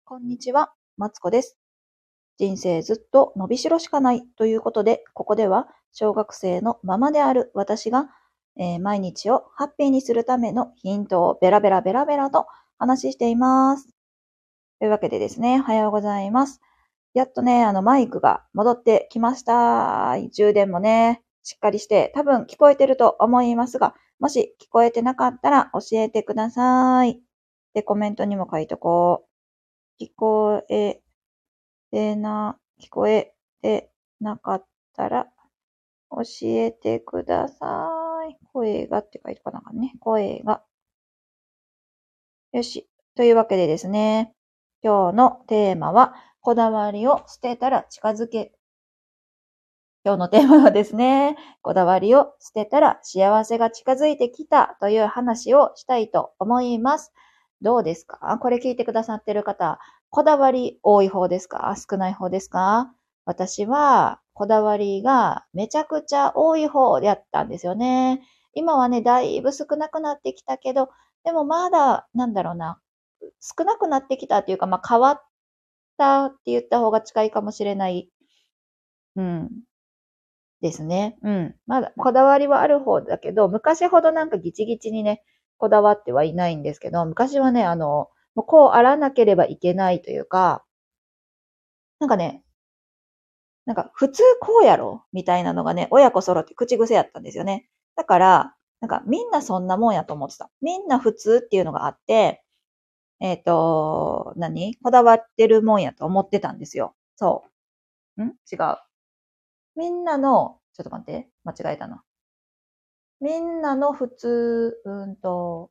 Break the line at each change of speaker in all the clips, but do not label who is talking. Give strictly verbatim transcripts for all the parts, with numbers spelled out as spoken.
こんにちは、マツコです。人生ずっと伸びしろしかないということで、ここでは小学生のままである私が、えー毎日をハッピーにするためのヒントをベラベラベラベラと話しています。というわけでですね、おはようございます。やっとね、あのマイクが戻ってきました。充電もね、しっかりして多分聞こえてると思いますが、もし聞こえてなかったら教えてください。で、コメントにも書いとこう。聞こえてな、聞こえてなかったら教えてください。声がって書いておかなあかんね。声が。よし。というわけでですね、今日のテーマは、こだわりを捨てたら近づけ。今日のテーマはですね、こだわりを捨てたら幸せが近づいてきたという話をしたいと思います。どうですか？これ聞いてくださってる方、こだわり多い方ですか？少ない方ですか？私は、こだわりがめちゃくちゃ多い方やったんですよね。今はね、だいぶ少なくなってきたけど、でもまだ、なんだろうな、少なくなってきたっていうか、まあ変わったって言った方が近いかもしれない。うん。ですね。うん。まだ、こだわりはある方だけど、昔ほどなんかギチギチにね、こだわってはいないんですけど、昔はね、あの、もうこうあらなければいけないというか、なんかね、なんか普通こうやろみたいなのがね、親子揃って口癖やったんですよね。だから、なんかみんなそんなもんやと思ってた。みんな普通っていうのがあって、えっと、何こだわってるもんやと思ってたんですよ。そう。ん違う。みんなの、ちょっと待って、間違えたな。みんなの普通、うんと、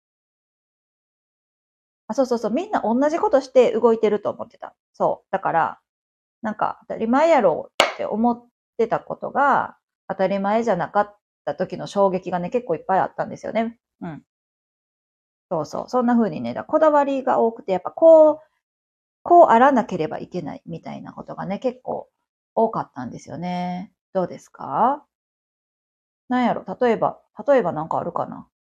あ、そうそうそう、みんな同じことして動いてると思ってた。そう。だから、なんか当たり前やろうって思ってたことが、当たり前じゃなかった時の衝撃がね、結構いっぱいあったんですよね。うん。そうそう。そんな風にね、だこだわりが多くて、やっぱこう、こうあらなければいけないみたいなことがね、結構多かったんですよね。どうですか？なんやろ例えば、例えばなんかあるかな？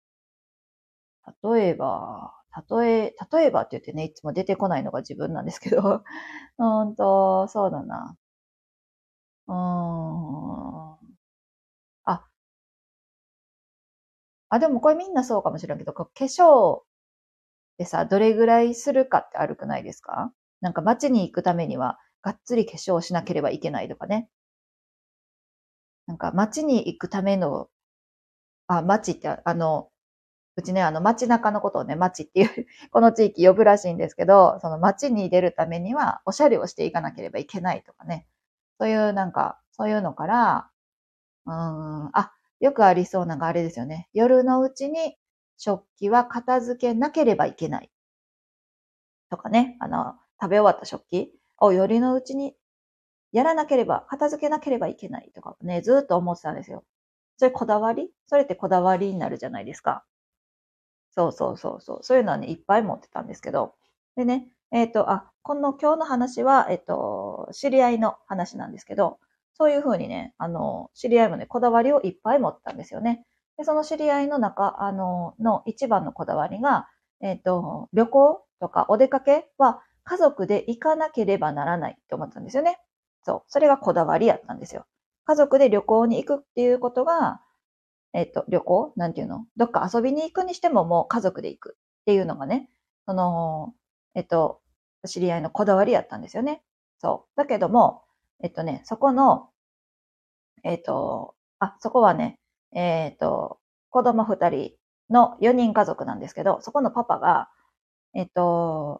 例えば、例え、例えばって言ってね、いつも出てこないのが自分なんですけど、うーんと、そうだな。うーん。あ、あ、でもこれみんなそうかもしれんけど、こう化粧でさ、どれぐらいするかってあるくないですか？なんか街に行くためには、がっつり化粧をしなければいけないとかね。なんか街に行くための、あ、街ってあの、うちね、あの街中のことをね、街っていうこの地域呼ぶらしいんですけど、その街に出るためには、おしゃれをしていかなければいけないとかね。そういうなんか、そういうのから、うーん、あ、よくありそうなのがあれですよね。夜のうちに食器は片付けなければいけないとかね。あの、食べ終わった食器を夜のうちにやらなければ、片付けなければいけないとかね、ずーっと思ってたんですよ。それこだわりそれってこだわりになるじゃないですか。そうそうそうそう。そういうのはね、いっぱい持ってたんですけど。でね、えっと、あ、この今日の話は、えっと、知り合いの話なんですけど、そういうふうにね、あの、知り合いもね、こだわりをいっぱい持ってたんですよね。で、その知り合いの中、あの、の一番のこだわりが、えっと、旅行とかお出かけは家族で行かなければならないって思ってたんですよね。そう。それがこだわりやったんですよ。家族で旅行に行くっていうことが、えっと、旅行なんていうのどっか遊びに行くにしてももう家族で行くっていうのがね、その、えっと、知り合いのこだわりやったんですよね。そう。だけども、えっとね、そこの、えっと、あ、そこはね、えっと、子供二人のよにん家族なんですけど、そこのパパが、えっと、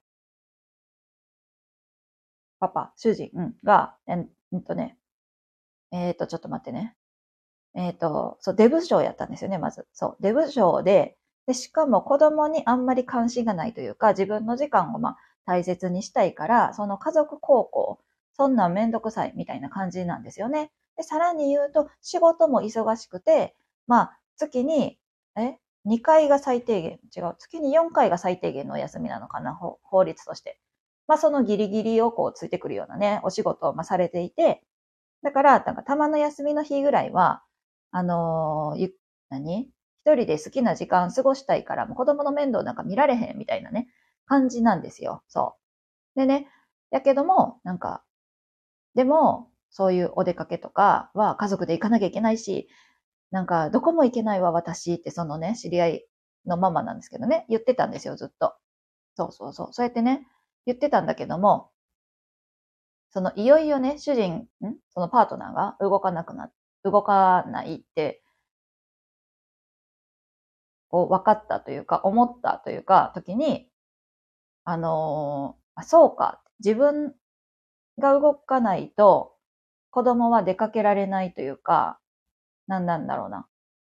パパ、主人、うん、が、えんんとね、えっと、ちょっと待ってね。えっと、そう、デブ賞やったんですよね、まず。そう、デブ賞で、で、しかも子供にあんまり関心がないというか、自分の時間をまあ大切にしたいから、その家族孝行、そんなんめんどくさいみたいな感じなんですよね。で、さらに言うと、仕事も忙しくて、まあ、月に、え ?に 回が最低限、違う、月によんかいが最低限のお休みなのかな、法法律として。まあ、そのギリギリをこうついてくるようなね、お仕事をまあされていて、だから、なんかたまの休みの日ぐらいは、あのーゆ、何一人で好きな時間過ごしたいから、もう子供の面倒なんか見られへんみたいなね、感じなんですよ。そう。 でね、やけども、なんか、でも、そういうお出かけとかは家族で行かなきゃいけないし、なんか、どこも行けないわ、私って、そのね、知り合いのママなんですけどね、言ってたんですよ、ずっと。そうそうそう。そうやってね、言ってたんだけども、その、いよいよね、主人、んそのパートナーが動かなくな、動かないって、こう、分かったというか、思ったというか、時に、あのーあ、そうか。自分が動かないと、子供は出かけられないというか、なんなんだろうな。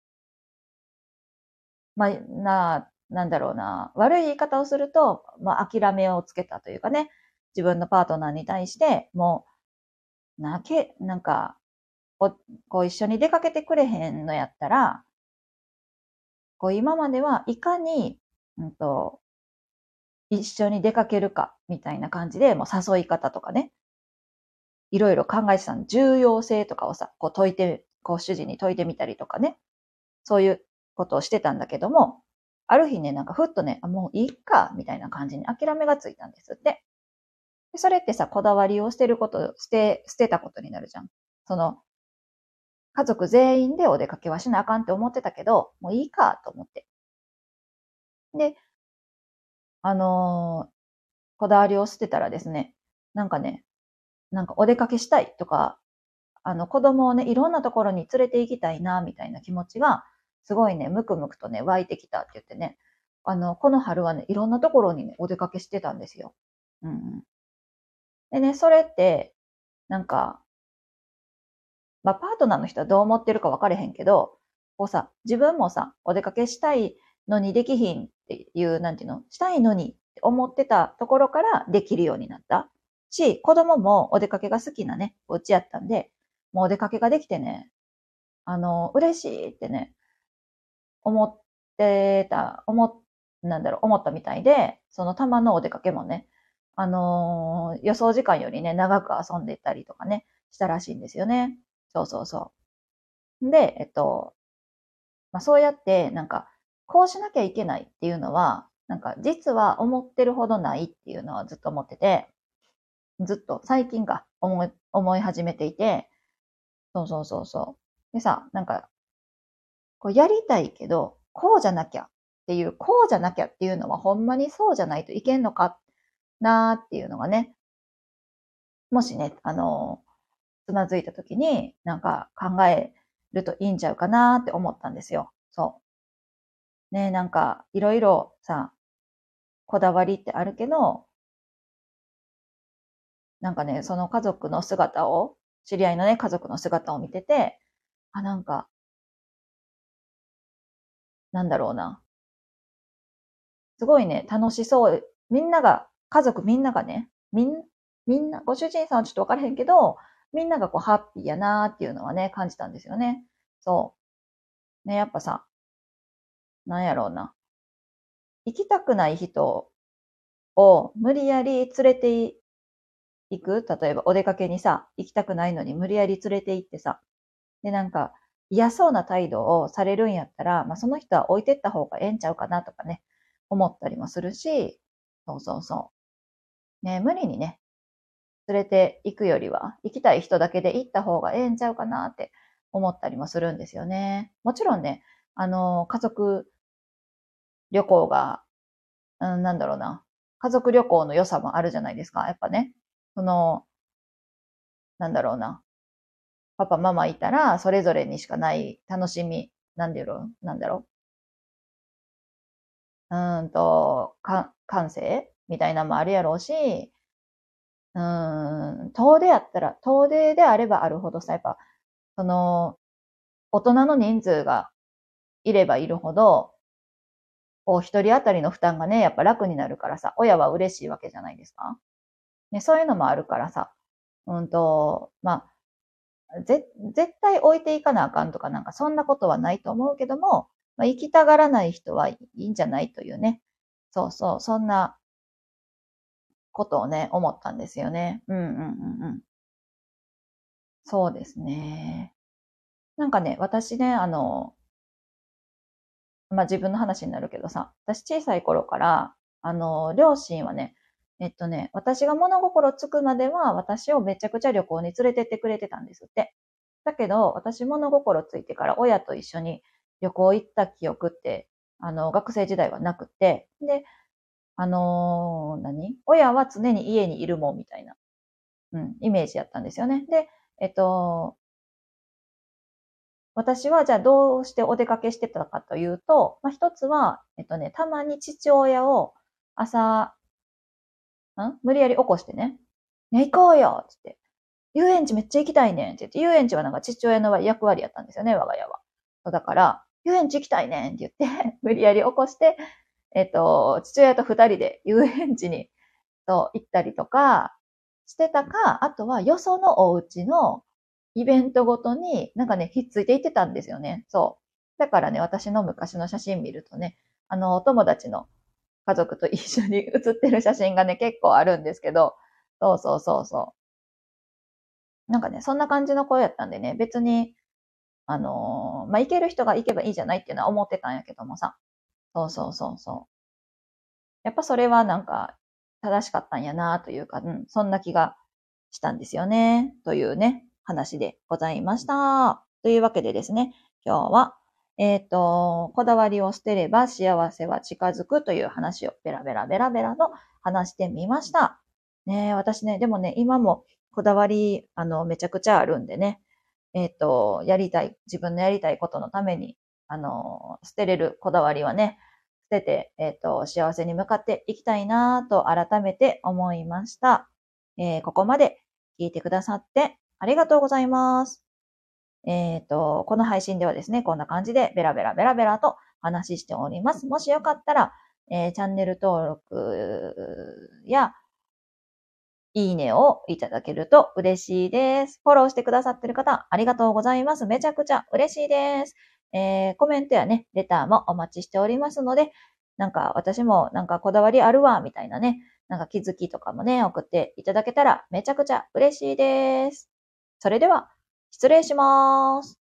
まあ、な、なんだろうな。悪い言い方をすると、まあ、諦めをつけたというかね、自分のパートナーに対して、もう、なけ、なんか、こう一緒に出かけてくれへんのやったら、こう今まではいかに、うんと、一緒に出かけるか、みたいな感じで、もう誘い方とかね、いろいろ考えてたの。重要性とかをさ、こう解いて、こう主人に解いてみたりとかね、そういうことをしてたんだけども、ある日ね、なんかふっとね、あ、もういいか、みたいな感じに諦めがついたんですって。でそれってさ、こだわりを捨てること、捨て、捨てたことになるじゃん。その、家族全員でお出かけはしなあかんって思ってたけど、もういいかと思って。で、あのーこだわりを捨てたらですね、なんかね、なんかお出かけしたいとか、あの子供をね、いろんなところに連れて行きたいな、みたいな気持ちが、すごいね、むくむくとね、湧いてきたって言ってね、あの、この春はね、いろんなところにね、お出かけしてたんですよ。うんうん。でね、それって、なんか、まあ、パートナーの人はどう思ってるか分かれへんけど、こうさ、自分もさ、お出かけしたいのにできひんっていう、なんていうの、したいのにって思ってたところからできるようになったし、子供もお出かけが好きなね、お家やったんで、もうお出かけができてね、あの、嬉しいってね、思ってた、思なんだろう、思ったみたいで、そのたまのお出かけもね、あのー予想時間よりね、長く遊んでいったりとかね、したらしいんですよね。そうそうそう。で、えっと、まあ、そうやって、なんか、こうしなきゃいけないっていうのは、なんか、実は思ってるほどないっていうのはずっと思ってて、ずっと最近か、思い、思い始めていて、そうそうそうそう。でさ、なんか、こうやりたいけど、こうじゃなきゃっていう、こうじゃなきゃっていうのはほんまにそうじゃないといけんのかなーっていうのがね、もしね、あのつまずいた時になんか考えるといいんちゃうかなーって思ったんですよ。そう。ね、なんかいろいろさ、こだわりってあるけど、なんかね、その家族の姿を、知り合いのね、家族の姿を見てて、あ、なんか、なんだろうな。すごいね、楽しそう。みんなが、家族みんながね、みん、みんな、ご主人さんはちょっとわからへんけど、みんながこうハッピーやなーっていうのはね、感じたんですよね。そう。ね、やっぱさ、なんやろうな。行きたくない人を無理やり連れて行く。例えばお出かけにさ、行きたくないのに無理やり連れて行ってさ、で、なんか嫌そうな態度をされるんやったら、まあその人は置いてった方がええんちゃうかなとかね、思ったりもするし、そうそうそう。ね、無理にね、連れて行くよりは、行きたい人だけで行った方がええんちゃうかなって思ったりもするんですよね。もちろんね、あの、家族旅行が、うん、なんだろうな、家族旅行の良さもあるじゃないですか。やっぱね、その、なんだろうな、パパ、ママいたら、それぞれにしかない楽しみ、なんだろう、なんだろう、うーんと、か、感性みたいなのもあるやろうし、うーん、遠出やったら、遠出であればあるほどさ、やっぱ、その、大人の人数がいればいるほど、こう、一人当たりの負担がね、やっぱ楽になるからさ、親は嬉しいわけじゃないですか。ね、そういうのもあるからさ、うんと、まあ、ぜ、絶対置いていかなあかんとかなんかそんなことはないと思うけども、まあ、行きたがらない人はいいんじゃないというね。そうそう、そんなことをね、思ったんですよね。うんうんうんうん。そうですね。なんかね、私ね、あの、まあ、自分の話になるけどさ、私小さい頃から、あの、両親はね、 えっとね、私が物心つくまでは、私をめちゃくちゃ旅行に連れてってくれてたんですって。だけど、私物心ついてから親と一緒に旅行行った記憶って、あの、学生時代はなくて、で、あのー何親は常に家にいるもんみたいな、うん、イメージやったんですよね。で、えっと、私はじゃあどうしてお出かけしてたかというと、まあ、一つは、えっとね、たまに父親を朝、ん無理やり起こしてね、ね、行こうよつって、遊園地めっちゃ行きたいねんって言って、遊園地はなんか父親の役割やったんですよね、我が家は。だから、遊園地行きたいねんって言って、無理やり起こして、えっと、父親と二人で遊園地にと行ったりとかしてたか、あとはよそのお家のイベントごとになんかね、ひっついていってたんですよね。そう。だからね、私の昔の写真見るとね、あの、お友達の家族と一緒に写ってる写真がね、結構あるんですけど、そうそうそうそう。なんかね、そんな感じの声やったんでね、別に、あのーまあ、行ける人が行けばいいじゃないっていうのは思ってたんやけどもさ。そうそうそうそう。やっぱそれはなんか正しかったんやなというか、うん、そんな気がしたんですよね。というね、話でございました。というわけでですね、今日は、えっ、と、こだわりを捨てれば幸せは近づくという話をベラベラベラベラと話してみました。ねえ、私ね、でもね、今もこだわり、あの、めちゃくちゃあるんでね、えっ、と、やりたい、自分のやりたいことのために、あの、捨てれるこだわりはね、捨てて、えっ、と、幸せに向かっていきたいなと改めて思いました。えーここまで聞いてくださってありがとうございます。えっ、と、この配信ではですね、こんな感じでベラベラベラベラと話しております。もしよかったら、えーチャンネル登録やいいねをいただけると嬉しいです。フォローしてくださっている方、ありがとうございます。めちゃくちゃ嬉しいです。えー、コメントやね、レターもお待ちしておりますので、なんか私もなんかこだわりあるわ、みたいなね、なんか気づきとかもね、送っていただけたらめちゃくちゃ嬉しいです。それでは、失礼します。